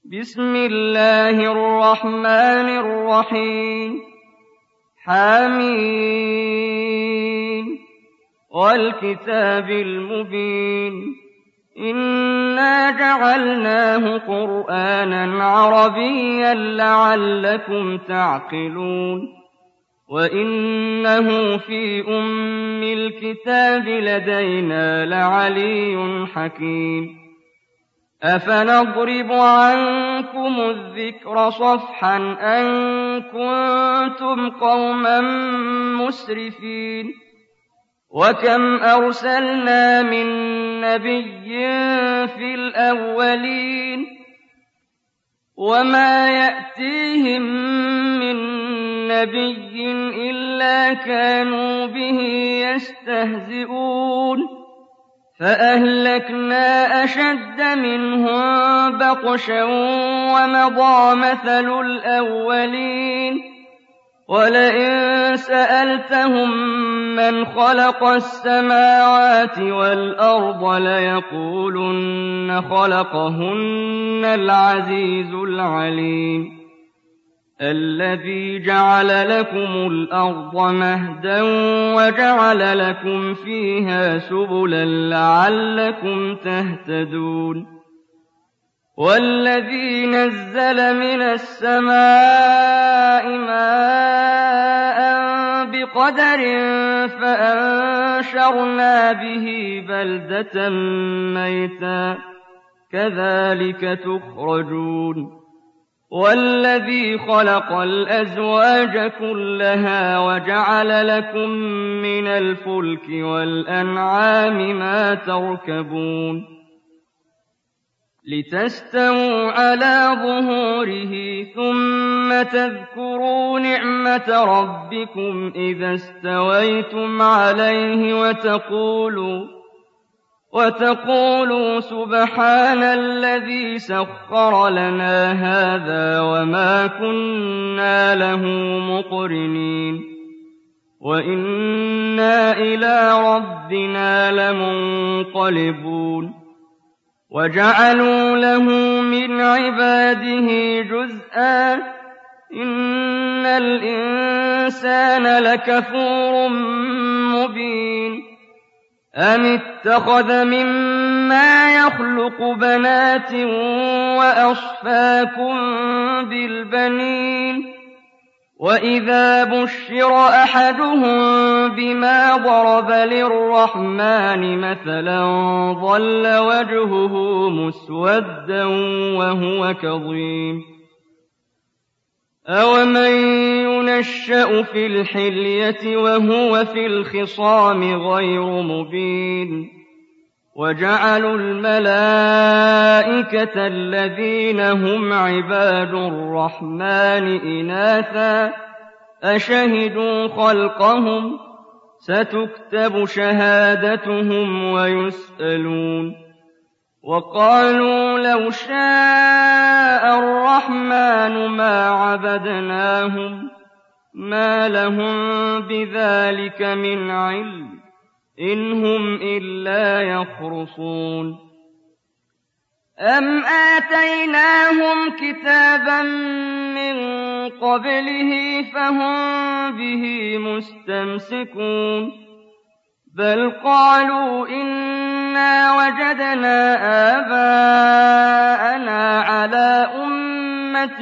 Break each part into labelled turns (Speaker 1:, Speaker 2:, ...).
Speaker 1: بسم الله الرحمن الرحيم حميم والكتاب المبين إنا جعلناه قرآنا عربيا لعلكم تعقلون وإنه في أم الكتاب لدينا لعلي حكيم أفنضرب عنكم الذكر صفحا أن كنتم قوما مسرفين وكم أرسلنا من نبي في الأولين وما يأتيهم من نبي إلا كانوا به يستهزئون فأهلكنا أشد منهم بطشا ومضى مثل الأولين ولئن سألتهم من خلق السماوات والأرض ليقولن خلقهن العزيز العليم الذي جعل لكم الأرض مهدا وجعل لكم فيها سبلا لعلكم تهتدون والذي نزل من السماء ماء بقدر فأنشرنا به بلدة ميتا كذلك تخرجون والذي خلق الأزواج كلها وجعل لكم من الفلك والأنعام ما تركبون لتستووا على ظهوره ثم تذكروا نعمة ربكم إذا استويتم عليه وتقولوا سبحان الذي سخر لنا هذا وما كنا له مقرنين وإنا إلى ربنا لمنقلبون وجعلوا له من عباده جزءا إن الإنسان لكفور مبين أم اتخذ مما يخلق بنات وأصفاكم بالبنين وإذا بشر أحدهم بما ضرب للرحمن مثلا ظل وجهه مسودا وهو كظيم أومن ينشأ في الحلية وهو في الخصام غير مبين وجعلوا الملائكة الذين هم عباد الرحمن إناثا أشهدوا خلقهم ستكتب شهادتهم ويسألون وقالوا لو شاء الرحمن ما عبدناهم ما لهم بذلك من علم إن هم إلا يخرصون أم آتيناهم كتابا من قبله فهم به مستمسكون بل قالوا إنا وجدنا آباءنا على أمة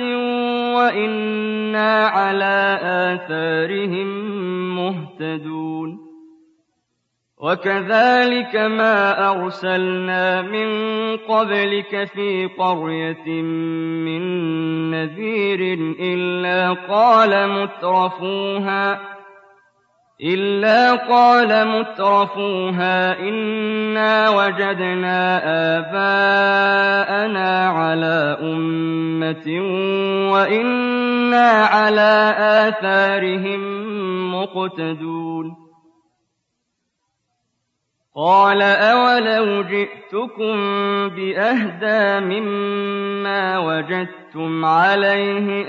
Speaker 1: وإنا على آثارهم مهتدون وكذلك ما أرسلنا من قبلك في قرية من نذير إلا قال مترفوها إنا وجدنا آباءنا على أمة وإنا على آثارهم مقتدون قال أولو جئتكم بأهدى مما وجدتم عليه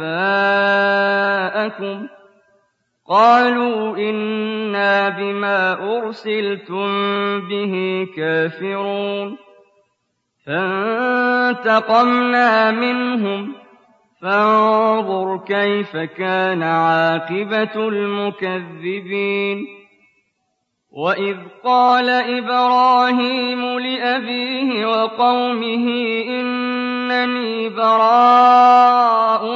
Speaker 1: آباءكم قالوا إنا بما أرسلتم به كافرون فانتقمنا منهم فانظر كيف كان عاقبة المكذبين وإذ قال إبراهيم لأبيه وقومه إنني براء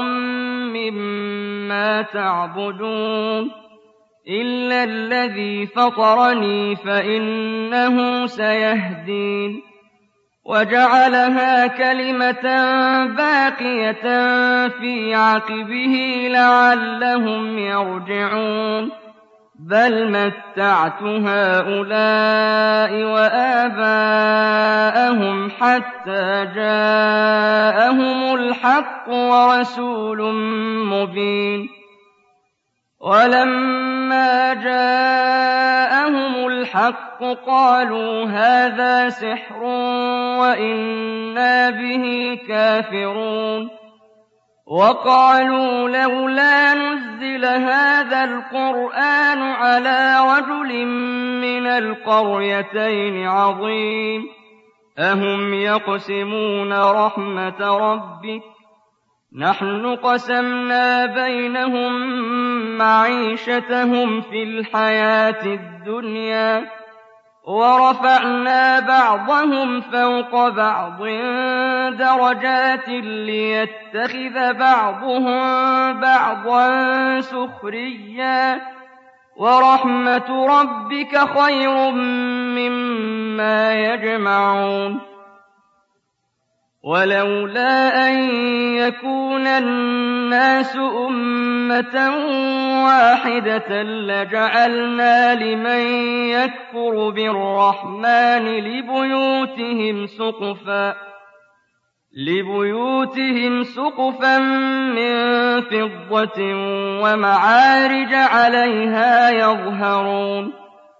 Speaker 1: مما تعبدون إلا الذي فطرني فإنه سيهدين وجعلها كلمة باقية في عقبه لعلهم يرجعون بل متعت هؤلاء وآباءهم حتى جاءهم الحق ورسول مبين ولما جاءهم الحق قالوا هذا سحر وإنا به كافرون وقالوا لولا نزل هذا القرآن على رجل من القريتين عظيم أهم يقسمون رحمة ربك نحن قسمنا بينهم معيشتهم في الحياة الدنيا ورفعنا بعضهم فوق بعض درجات ليتخذ بعضهم بعضا سخريا ورحمة ربك خير مما يجمعون ولولا أن يكون الناس أمة واحدة لجعلنا لمن يكفر بالرحمن لبيوتهم سقفا من فضة ومعارج عليها يظهرون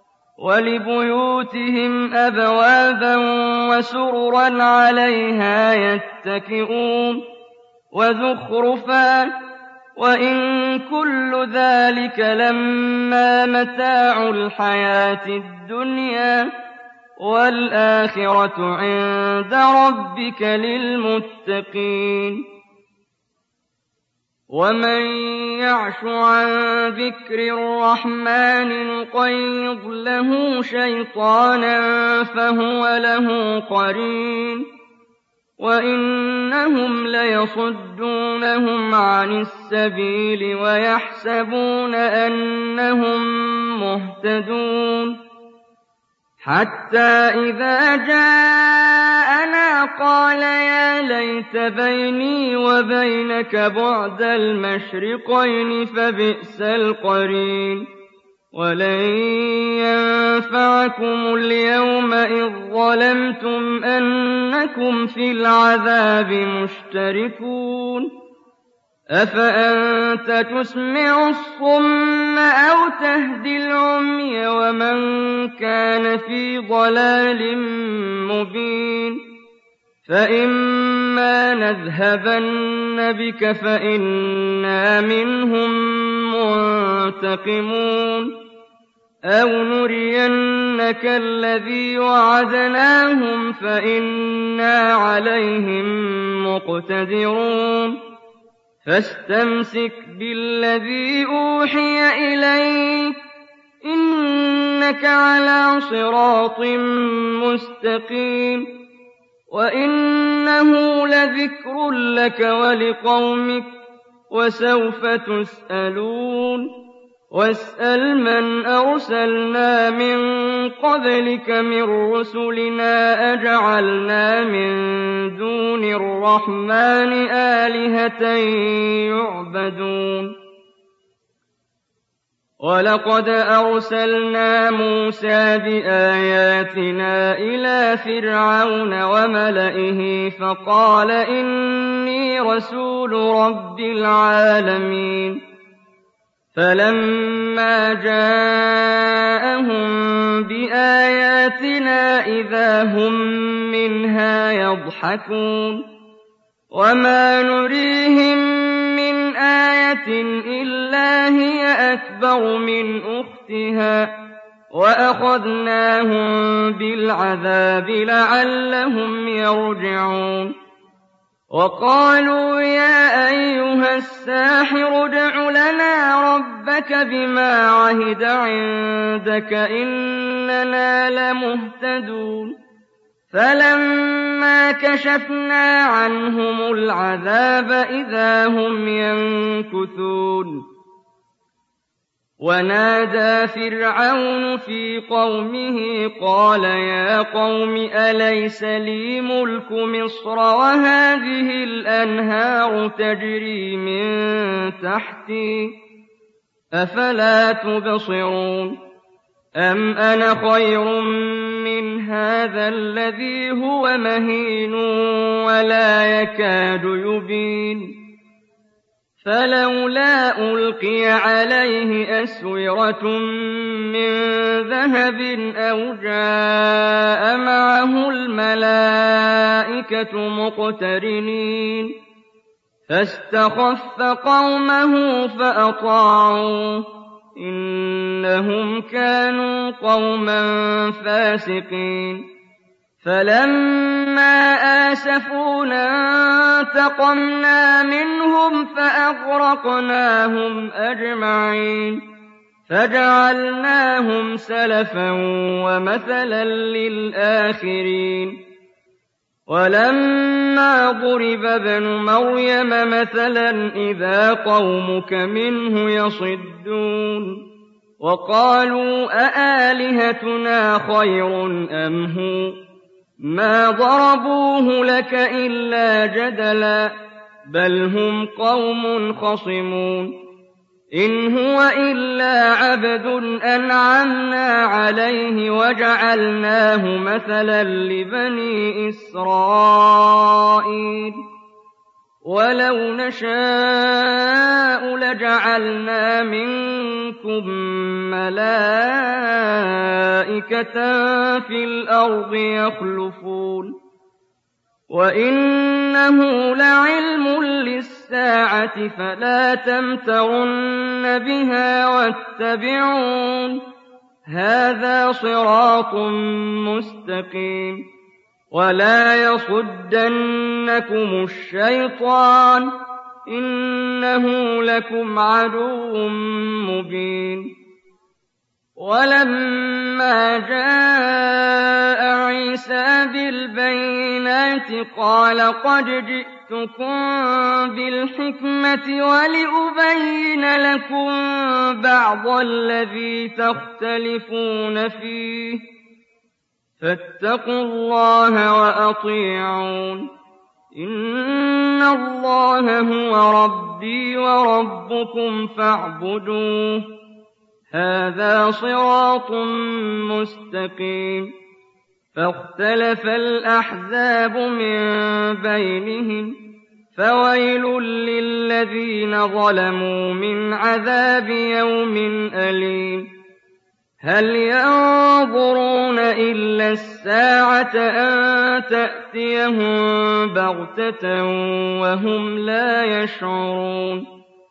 Speaker 1: ولبيوتهم أبوابا وسررا عليها يتكئون وزخرفا وإن كل ذلك لما متاع الحياة الدنيا والآخرة عند ربك للمتقين ومن يعش عن ذكر الرحمن نقيض له شيطانا فهو له قرين وإنهم ليصدونهم عن السبيل ويحسبون أنهم مهتدون حتى إذا جاءنا قال يا ليت بيني وبينك بعد المشرقين فبئس القرين ولن ينفعكم اليوم إذ ظلمتم أنكم في العذاب مشتركون أفأنت تسمع الصم أو تهدي العمي ومن كان في ضلال مبين فإما نذهبن بك فإنا منهم منتقمون أو نرينك الذي وعدناهم فإنا عليهم مقتدرون فاستمسك بالذي أوحي إليك إنك على صراط مستقيم وإنه لذكر لك ولقومك وسوف تسألون واسأل من أرسلنا من قبلك من رسلنا أجعلنا من دون الرحمن آلهة يعبدون ولقد أرسلنا موسى بآياتنا إلى فرعون وملئه فقال إني رسول رب العالمين فلما جاءهم بآياتنا إذا هم منها يضحكون وما نريهم من آية إلا هي أكبر من أختها وَأَخَذْنَاهُم بِالْعَذَابِ لَعَلَّهُمْ يَرْجِعُونَ وَقَالُوا يَا أَيُّهَ السَّاحِرُ ادْعُ لَنَا رَبَّكَ بِمَا عَهِدَ عِندَكَ إِنَّنَا لَمُهْتَدُونَ فَلَمَّا كَشَفْنَا عَنْهُمُ الْعَذَابَ إِذَا هُمْ يَنكُثُونَ وَنَادَىٰ فِرْعَوْنُ فِي قَوْمِهِ قَالَ يَا قَوْمِ أَلَيْسَ لِي مُلْكُ مِصْرَ وَهَٰذِهِ الْأَنْهَارُ تَجْرِي مِن تَحْتِي ۖ أَفَلَا تُبْصِرُونَ أَمْ أَنَا خَيْرٌ مِّنْ هَٰذَا الَّذِي هُوَ مَهِينٌ وَلَا يَكَادُ يُبِينُ فَلَوْلَا أُلْقِيَ عَلَيْهِ أَسْوِرَةٌ مِّن ذَهَبٍ أَوْ جَاءَ مَعَهُ الْمَلَائِكَةُ مُقْتَرِنِينَ فَاسْتَخَفَّ قَوْمَهُ فَأَطَاعُوهُ إِنَّهُمْ كَانُوا قَوْمًا فَاسِقِينَ فَلَمَّا آسَفُونَا انتَقَمْنَا مِنْهُمْ فَأَغْرَقْنَاهُمْ أَجْمَعِينَ فَجَعَلْنَاهُمْ سَلَفًا وَمَثَلًا لِّلْآخِرِينَ وَلَمَّا ضُرِبَ ابْنُ مَرْيَمَ مَثَلًا إِذَا قَوْمُكَ مِنْهُ يَصِدُّونَ وَقَالُوا أَآلِهَتُنَا خَيْرٌ أَمْ هُوَ مَا ضَرَبُوهُ لَكَ إِلَّا جَدَلًا بَلْ هُمْ قَوْمٌ خَصِمُونَ إِنْ هُوَ إِلَّا عَبْدٌ أَنْعَمْنَا عَلَيْهِ وَجَعَلْنَاهُ مَثَلًا لِّبَنِي إِسْرَائِيلَ وَلَوْ نَشَاءُ لَجَعَلْنَا مِنكُم مَّلَائِكَةً فِي الْأَرْضِ يَخْلُفُونَ وَإِنَّهُ لَعِلْمٌ لِّلسَّاعَةِ فَلَا تَمْتَرُنَّ بِهَا وَاتَّبِعُونِ هَٰذَا صِرَاطٌ مُّسْتَقِيمٌ وَلَا يَصُدَّنَّكُمُ الشَّيْطَانُ ۖ إِنَّهُ لَكُمْ عَدُوٌّ مُّبِينٌ وَلَمَّا جَاءَ عِيسَىٰ بِالْبَيِّنَاتِ قَالَ قَدْ جِئْتُكُم بِالْحِكْمَةِ وَلِأُبَيِّنَ لَكُم بَعْضَ الَّذِي تَخْتَلِفُونَ فِيهِ فَاتَّقُوا اللَّهَ وَأَطِيعُونِ إِنَّ اللَّهَ هُوَ رَبِّي وَرَبُّكُمْ فَاعْبُدُوهُ هَٰذَا صِرَاطٌ مُّسْتَقِيمٌ فَاخْتَلَفَ الْأَحْزَابُ مِن بَيْنِهِمْ فَوَيْلٌ لِّلَّذِينَ ظَلَمُوا مِنْ عَذَابِ يَوْمٍ أَلِيمٍ هَلْ يَنظُرُونَ إِلَّا السَّاعَةَ أَن تَأْتِيَهُم بَغْتَةً وَهُمْ لَا يَشْعُرُونَ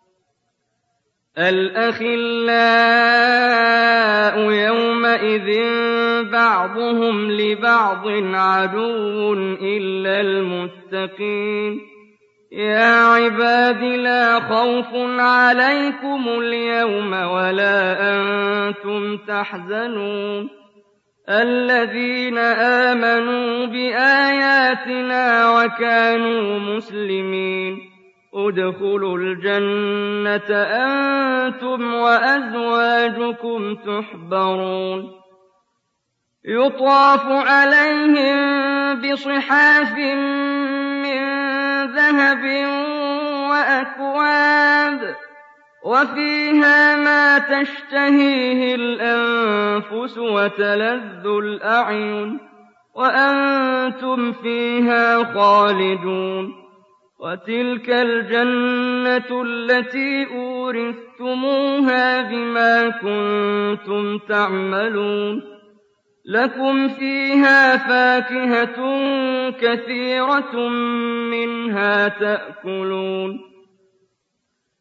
Speaker 1: الْأَخِلَّاءُ يَوْمَئِذٍ بَعْضُهُمْ لِبَعْضٍ عَدُوٌّ إِلَّا الْمُتَّقِينَ يَا عِبَادِ لَا خَوْفٌ عَلَيْكُمُ الْيَوْمَ وَلَا أَنتُمْ تَحْزَنُونَ الَّذِينَ آمَنُوا بِآيَاتِنَا وَكَانُوا مُسْلِمِينَ ادْخُلُوا الْجَنَّةَ أَنتُمْ وَأَزْوَاجُكُمْ تُحْبَرُونَ يُطَافُ عَلَيْهِم بِصِحَافٍ مِّن ذَهَبٍ وَأَكْوَابٍ وَفِيهَا مَا تَشْتَهِيهِ الْأَنفُسُ وَتَلَذُّ الْأَعْيُنُ وَأَنتُمْ فِيهَا خَالِدُونَ وَتِلْكَ الْجَنَّةُ الَّتِي أُورِثْتُمُوهَا بِمَا كُنتُمْ تَعْمَلُونَ لَكُمْ فِيهَا فَاكِهَةٌ كَثِيرَةٌ مِّنْهَا تَأْكُلُونَ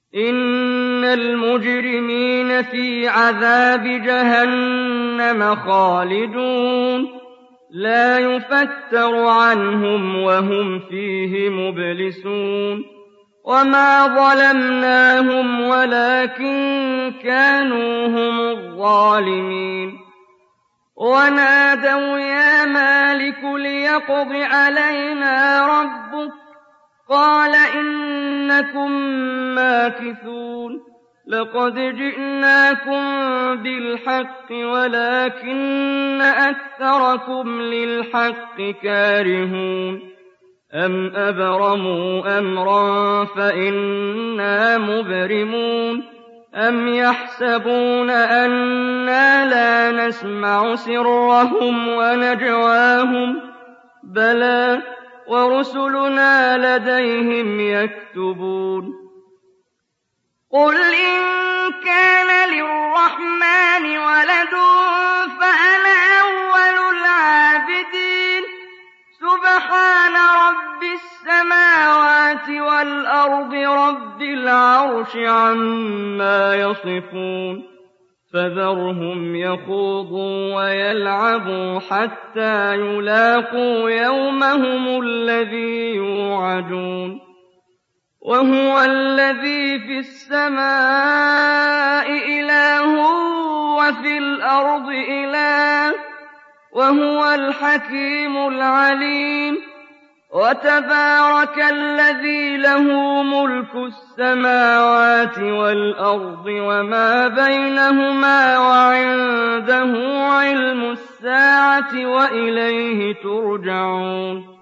Speaker 1: إِنَّ الْمُجْرِمِينَ فِي عَذَابِ جَهَنَّمَ خَالِدُونَ لَا يُفَتَّرُ عَنْهُمْ وَهُمْ فِيهِ مُبْلِسُونَ وَمَا ظَلَمْنَاهُمْ وَلَٰكِن كَانُوا هُمُ الظَّالِمِينَ وَنَادَوْا يَا مَالِكُ لِيَقْضِ عَلَيْنَا رَبُّكَ قَالَ إِنَّكُم مَّاكِثُونَ لَقَدْ جِئْنَاكُم بِالْحَقِّ وَلَٰكِنَّ أَكْثَرَكُمْ لِلْحَقِّ كَارِهُونَ أَمْ أَبْرَمُوا أَمْرًا فَإِنَّا مُبْرِمُونَ أَمْ يَحْسَبُونَ أَنَّا لَا نَسْمَعُ سِرَّهُمْ وَنَجْوَاهُم بَلَىٰ وَرُسُلُنَا لَدَيْهِمْ يَكْتُبُونَ قُلْ إِن كَانَ لِلرَّحْمَٰنِ وَلَدٌ فَأَنَا أَوَّلُ الْعَابِدِينَ سُبْحَانَ رَبِّ السَّمَاوَاتِ وَالْأَرْضِ رَبِّ الْعَرْشِ عَمَّا يَصِفُونَ فَذَرْهُمْ يَخُوضُوا وَيَلْعَبُوا حَتَّىٰ يُلَاقُوا يَوْمَهُمُ الَّذِي يُوعَدُونَ وَهُوَ الَّذِي فِي السَّمَاءِ إِلَٰهٌ وَفِي الْأَرْضِ إِلَٰهٌ وَهُوَ الْحَكِيمُ الْعَلِيمُ وَتَبَارَكَ الَّذِي لَهُ مُلْكُ السَّمَاوَاتِ وَالْأَرْضِ وَمَا بَيْنَهُمَا وَعِندَهُ عِلْمُ السَّاعَةِ وَإِلَيْهِ تُرْجَعُونَ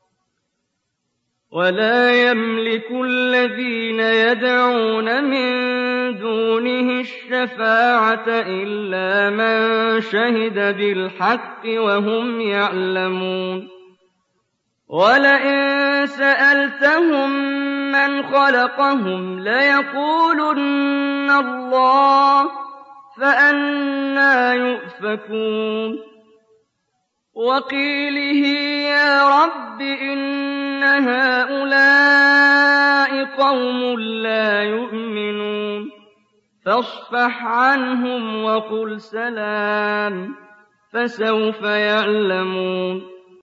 Speaker 1: وَلَا يَمْلِكُ الَّذِينَ يَدْعُونَ مِن دُونِهِ الشَّفَاعَةَ إِلَّا مَن شَهِدَ بِالْحَقِّ وَهُمْ يَعْلَمُونَ وَلَئِن سَأَلْتَهُم مَّنْ خَلَقَهُمْ لَيَقُولُنَّ اللَّهُ فَأَنَّىٰ يُؤْفَكُونَ وَقِيلِهِ يَا رَبِّ إِنَّ هَٰؤُلَاءِ قَوْمٌ لَّا يُؤْمِنُونَ فَاصْفَحْ عَنْهُمْ وَقُلْ سَلَامٌ فَسَوْفَ يَعْلَمُونَ